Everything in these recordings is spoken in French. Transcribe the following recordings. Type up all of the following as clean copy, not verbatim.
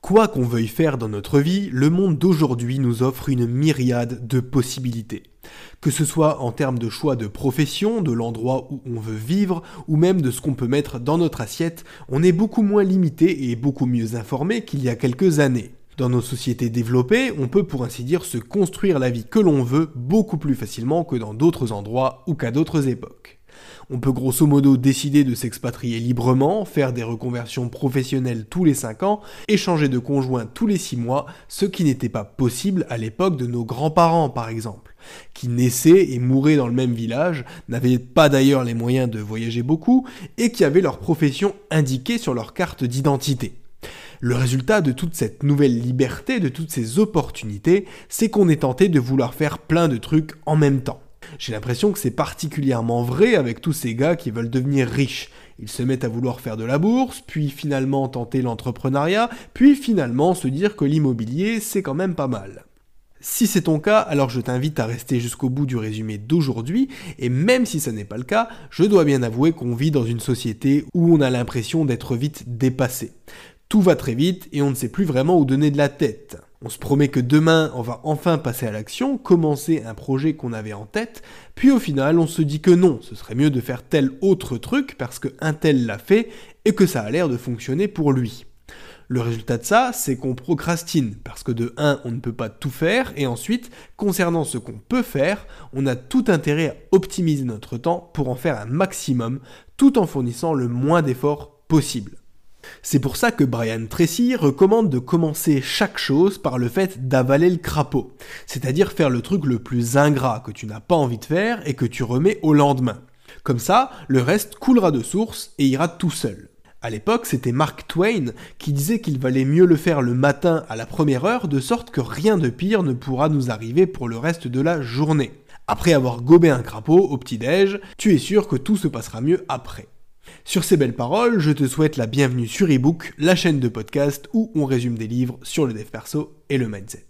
Quoi qu'on veuille faire dans notre vie, le monde d'aujourd'hui nous offre une myriade de possibilités. Que ce soit en termes de choix de profession, de l'endroit où on veut vivre, ou même de ce qu'on peut mettre dans notre assiette, on est beaucoup moins limité et beaucoup mieux informé qu'il y a quelques années. Dans nos sociétés développées, on peut pour ainsi dire se construire la vie que l'on veut beaucoup plus facilement que dans d'autres endroits ou qu'à d'autres époques. On peut grosso modo décider de s'expatrier librement, faire des reconversions professionnelles tous les 5 ans et changer de conjoint tous les 6 mois, ce qui n'était pas possible à l'époque de nos grands-parents par exemple, qui naissaient et mouraient dans le même village, n'avaient pas d'ailleurs les moyens de voyager beaucoup et qui avaient leur profession indiquée sur leur carte d'identité. Le résultat de toute cette nouvelle liberté, de toutes ces opportunités, c'est qu'on est tenté de vouloir faire plein de trucs en même temps. J'ai l'impression que c'est particulièrement vrai avec tous ces gars qui veulent devenir riches. Ils se mettent à vouloir faire de la bourse, puis finalement tenter l'entrepreneuriat, puis finalement se dire que l'immobilier c'est quand même pas mal. Si c'est ton cas, alors je t'invite à rester jusqu'au bout du résumé d'aujourd'hui, et même si ça n'est pas le cas, je dois bien avouer qu'on vit dans une société où on a l'impression d'être vite dépassé. Tout va très vite et on ne sait plus vraiment où donner de la tête. On se promet que demain, on va enfin passer à l'action, commencer un projet qu'on avait en tête, puis au final, on se dit que non, ce serait mieux de faire tel autre truc parce qu'un tel l'a fait et que ça a l'air de fonctionner pour lui. Le résultat de ça, c'est qu'on procrastine, parce que de 1, on ne peut pas tout faire, et ensuite, concernant ce qu'on peut faire, on a tout intérêt à optimiser notre temps pour en faire un maximum, tout en fournissant le moins d'efforts possible. C'est pour ça que Brian Tracy recommande de commencer chaque chose par le fait d'avaler le crapaud, c'est-à-dire faire le truc le plus ingrat que tu n'as pas envie de faire et que tu remets au lendemain. Comme ça, le reste coulera de source et ira tout seul. À l'époque, c'était Mark Twain qui disait qu'il valait mieux le faire le matin à la première heure, de sorte que rien de pire ne pourra nous arriver pour le reste de la journée. Après avoir gobé un crapaud au petit-déj, tu es sûr que tout se passera mieux après. Sur ces belles paroles, je te souhaite la bienvenue sur eBook, la chaîne de podcast où on résume des livres sur le dev perso et le mindset.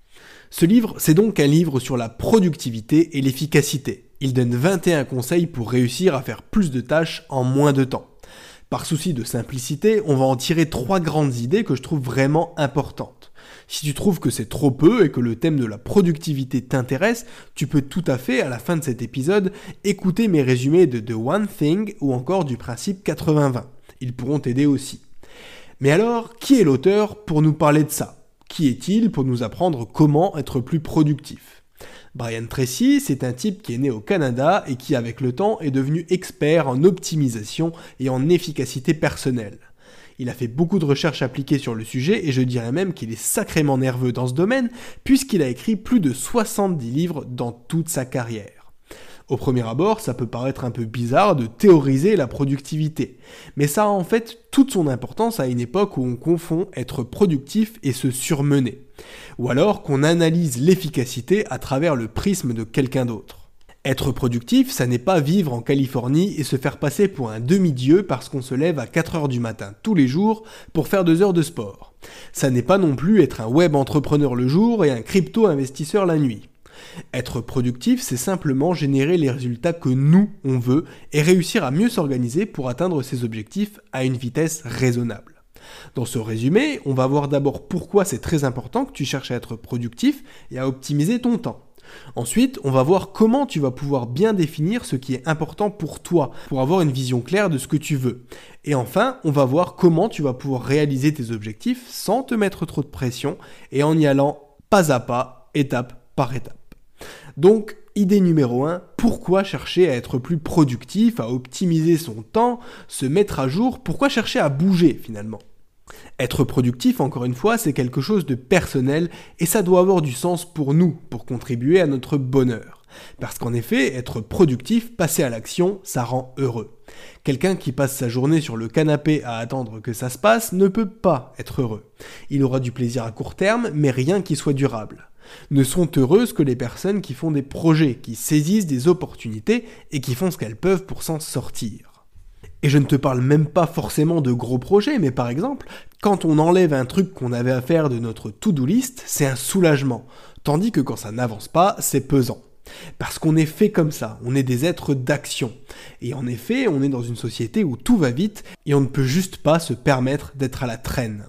Ce livre, c'est donc un livre sur la productivité et l'efficacité. Il donne 21 conseils pour réussir à faire plus de tâches en moins de temps. Par souci de simplicité, on va en tirer 3 grandes idées que je trouve vraiment importantes. Si tu trouves que c'est trop peu et que le thème de la productivité t'intéresse, tu peux tout à fait, à la fin de cet épisode, écouter mes résumés de The One Thing ou encore du principe 80-20. Ils pourront t'aider aussi. Mais alors, qui est l'auteur pour nous parler de ça ? Qui est-il pour nous apprendre comment être plus productif ? Brian Tracy, c'est un type qui est né au Canada et qui, avec le temps, est devenu expert en optimisation et en efficacité personnelle. Il a fait beaucoup de recherches appliquées sur le sujet et je dirais même qu'il est sacrément nerveux dans ce domaine puisqu'il a écrit plus de 70 livres dans toute sa carrière. Au premier abord, ça peut paraître un peu bizarre de théoriser la productivité, mais ça a en fait toute son importance à une époque où on confond être productif et se surmener, ou alors qu'on analyse l'efficacité à travers le prisme de quelqu'un d'autre. Être productif, ça n'est pas vivre en Californie et se faire passer pour un demi-dieu parce qu'on se lève à 4h du matin tous les jours pour faire 2 heures de sport. Ça n'est pas non plus être un web entrepreneur le jour et un crypto-investisseur la nuit. Être productif, c'est simplement générer les résultats que nous, on veut et réussir à mieux s'organiser pour atteindre ces objectifs à une vitesse raisonnable. Dans ce résumé, on va voir d'abord pourquoi c'est très important que tu cherches à être productif et à optimiser ton temps. Ensuite, on va voir comment tu vas pouvoir bien définir ce qui est important pour toi, pour avoir une vision claire de ce que tu veux. Et enfin, on va voir comment tu vas pouvoir réaliser tes objectifs sans te mettre trop de pression et en y allant pas à pas, étape par étape. Donc, idée numéro 1, pourquoi chercher à être plus productif, à optimiser son temps, se mettre à jour, pourquoi chercher à bouger finalement ? Être productif, encore une fois, c'est quelque chose de personnel et ça doit avoir du sens pour nous, pour contribuer à notre bonheur. Parce qu'en effet, être productif, passer à l'action, ça rend heureux. Quelqu'un qui passe sa journée sur le canapé à attendre que ça se passe ne peut pas être heureux. Il aura du plaisir à court terme, mais rien qui soit durable. Ne sont heureuses que les personnes qui font des projets, qui saisissent des opportunités et qui font ce qu'elles peuvent pour s'en sortir. Et je ne te parle même pas forcément de gros projets, mais par exemple, quand on enlève un truc qu'on avait à faire de notre to-do list, c'est un soulagement, tandis que quand ça n'avance pas, c'est pesant. Parce qu'on est fait comme ça, on est des êtres d'action. Et en effet, on est dans une société où tout va vite et on ne peut juste pas se permettre d'être à la traîne.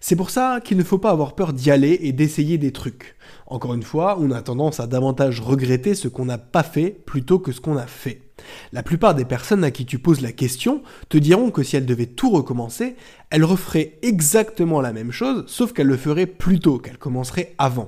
C'est pour ça qu'il ne faut pas avoir peur d'y aller et d'essayer des trucs. Encore une fois, on a tendance à davantage regretter ce qu'on n'a pas fait plutôt que ce qu'on a fait. La plupart des personnes à qui tu poses la question te diront que si elles devaient tout recommencer, elles referaient exactement la même chose, sauf qu'elles le feraient plus tôt, qu'elles commenceraient avant.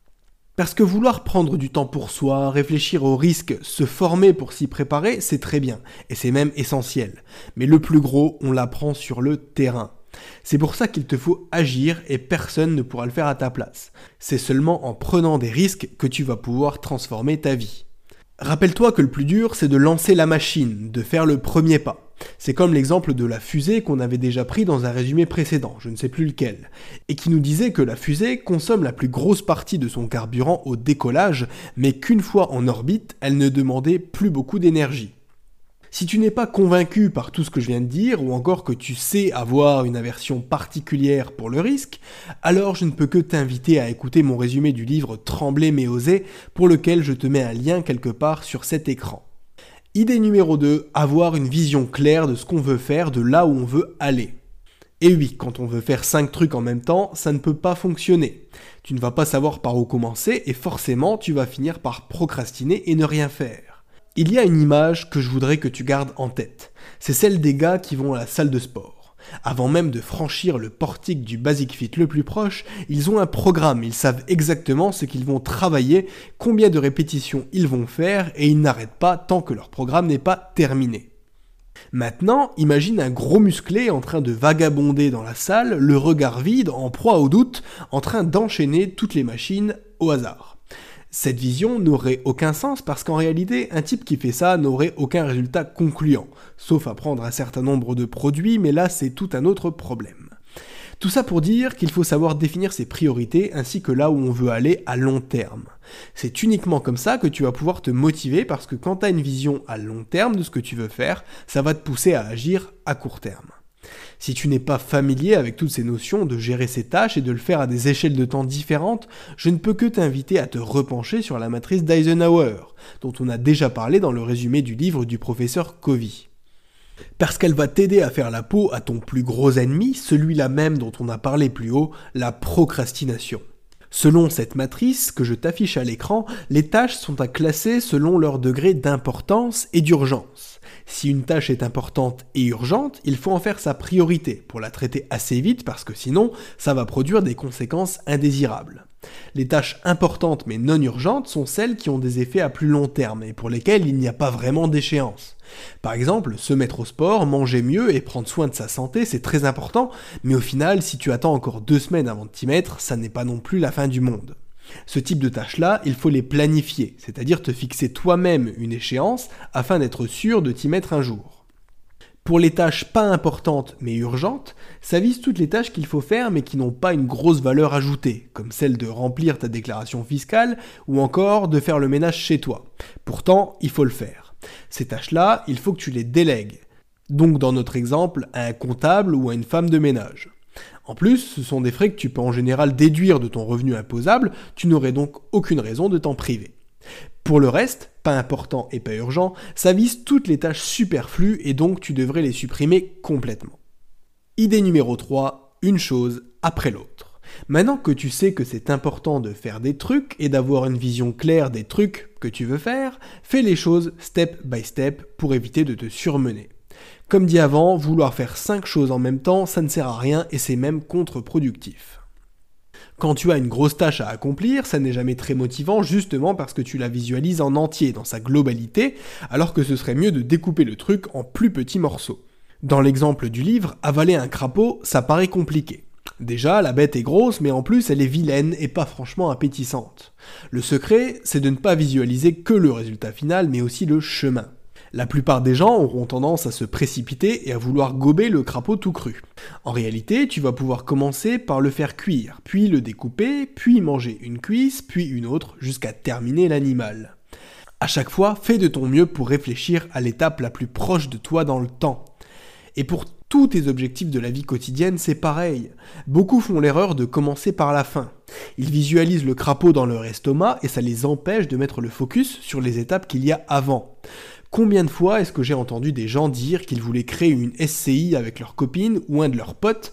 Parce que vouloir prendre du temps pour soi, réfléchir aux risques, se former pour s'y préparer, c'est très bien, et c'est même essentiel. Mais le plus gros, on l'apprend sur le terrain. C'est pour ça qu'il te faut agir et personne ne pourra le faire à ta place. C'est seulement en prenant des risques que tu vas pouvoir transformer ta vie. Rappelle-toi que le plus dur, c'est de lancer la machine, de faire le premier pas. C'est comme l'exemple de la fusée qu'on avait déjà pris dans un résumé précédent, je ne sais plus lequel, et qui nous disait que la fusée consomme la plus grosse partie de son carburant au décollage, mais qu'une fois en orbite, elle ne demandait plus beaucoup d'énergie. Si tu n'es pas convaincu par tout ce que je viens de dire, ou encore que tu sais avoir une aversion particulière pour le risque, alors je ne peux que t'inviter à écouter mon résumé du livre Trembler mais oser, pour lequel je te mets un lien quelque part sur cet écran. Idée numéro 2, avoir une vision claire de ce qu'on veut faire, de là où on veut aller. Et oui, quand on veut faire 5 trucs en même temps, ça ne peut pas fonctionner. Tu ne vas pas savoir par où commencer, et forcément tu vas finir par procrastiner et ne rien faire. Il y a une image que je voudrais que tu gardes en tête. C'est celle des gars qui vont à la salle de sport. Avant même de franchir le portique du Basic Fit le plus proche, ils ont un programme, ils savent exactement ce qu'ils vont travailler, combien de répétitions ils vont faire, et ils n'arrêtent pas tant que leur programme n'est pas terminé. Maintenant, imagine un gros musclé en train de vagabonder dans la salle, le regard vide, en proie au doute, en train d'enchaîner toutes les machines au hasard. Cette vision n'aurait aucun sens parce qu'en réalité, un type qui fait ça n'aurait aucun résultat concluant, sauf à prendre un certain nombre de produits, mais là c'est tout un autre problème. Tout ça pour dire qu'il faut savoir définir ses priorités ainsi que là où on veut aller à long terme. C'est uniquement comme ça que tu vas pouvoir te motiver parce que quand tu as une vision à long terme de ce que tu veux faire, ça va te pousser à agir à court terme. Si tu n'es pas familier avec toutes ces notions de gérer ces tâches et de le faire à des échelles de temps différentes, je ne peux que t'inviter à te repencher sur la matrice d'Eisenhower, dont on a déjà parlé dans le résumé du livre du professeur Covey. Parce qu'elle va t'aider à faire la peau à ton plus gros ennemi, celui-là même dont on a parlé plus haut, la procrastination. Selon cette matrice que je t'affiche à l'écran, les tâches sont à classer selon leur degré d'importance et d'urgence. Si une tâche est importante et urgente, il faut en faire sa priorité pour la traiter assez vite parce que sinon, ça va produire des conséquences indésirables. Les tâches importantes mais non urgentes sont celles qui ont des effets à plus long terme et pour lesquelles il n'y a pas vraiment d'échéance. Par exemple, se mettre au sport, manger mieux et prendre soin de sa santé, c'est très important, mais au final, si tu attends encore 2 semaines avant de t'y mettre, ça n'est pas non plus la fin du monde. Ce type de tâches-là, il faut les planifier, c'est-à-dire te fixer toi-même une échéance afin d'être sûr de t'y mettre un jour. Pour les tâches pas importantes mais urgentes, ça vise toutes les tâches qu'il faut faire mais qui n'ont pas une grosse valeur ajoutée, comme celle de remplir ta déclaration fiscale ou encore de faire le ménage chez toi. Pourtant, il faut le faire. Ces tâches-là, il faut que tu les délègues. Donc dans notre exemple, à un comptable ou à une femme de ménage. En plus, ce sont des frais que tu peux en général déduire de ton revenu imposable, tu n'aurais donc aucune raison de t'en priver. Pour le reste, pas important et pas urgent, ça vise toutes les tâches superflues et donc tu devrais les supprimer complètement. Idée numéro 3, une chose après l'autre. Maintenant que tu sais que c'est important de faire des trucs et d'avoir une vision claire des trucs que tu veux faire, fais les choses step by step pour éviter de te surmener. Comme dit avant, vouloir faire 5 choses en même temps, ça ne sert à rien et c'est même contre-productif. Quand tu as une grosse tâche à accomplir, ça n'est jamais très motivant justement parce que tu la visualises en entier, dans sa globalité, alors que ce serait mieux de découper le truc en plus petits morceaux. Dans l'exemple du livre, avaler un crapaud, ça paraît compliqué. Déjà, la bête est grosse, mais en plus elle est vilaine et pas franchement appétissante. Le secret, c'est de ne pas visualiser que le résultat final, mais aussi le chemin. La plupart des gens auront tendance à se précipiter et à vouloir gober le crapaud tout cru. En réalité, tu vas pouvoir commencer par le faire cuire, puis le découper, puis manger une cuisse, puis une autre, jusqu'à terminer l'animal. À chaque fois, fais de ton mieux pour réfléchir à l'étape la plus proche de toi dans le temps. Et pour tous tes objectifs de la vie quotidienne, c'est pareil. Beaucoup font l'erreur de commencer par la fin. Ils visualisent le crapaud dans leur estomac et ça les empêche de mettre le focus sur les étapes qu'il y a avant. Combien de fois est-ce que j'ai entendu des gens dire qu'ils voulaient créer une SCI avec leur copine ou un de leurs potes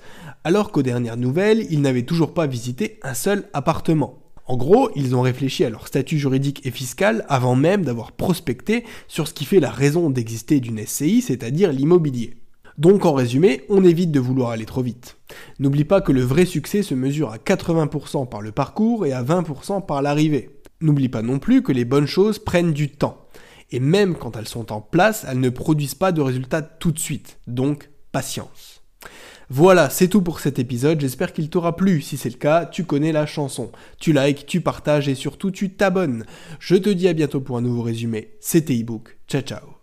alors qu'aux dernières nouvelles, ils n'avaient toujours pas visité un seul appartement. En gros, ils ont réfléchi à leur statut juridique et fiscal avant même d'avoir prospecté sur ce qui fait la raison d'exister d'une SCI, c'est-à-dire l'immobilier. Donc en résumé, on évite de vouloir aller trop vite. N'oublie pas que le vrai succès se mesure à 80% par le parcours et à 20% par l'arrivée. N'oublie pas non plus que les bonnes choses prennent du temps. Et même quand elles sont en place, elles ne produisent pas de résultats tout de suite. Donc, patience. Voilà, c'est tout pour cet épisode, j'espère qu'il t'aura plu. Si c'est le cas, tu connais la chanson. Tu likes, tu partages et surtout tu t'abonnes. Je te dis à bientôt pour un nouveau résumé. C'était ebook. Ciao ciao.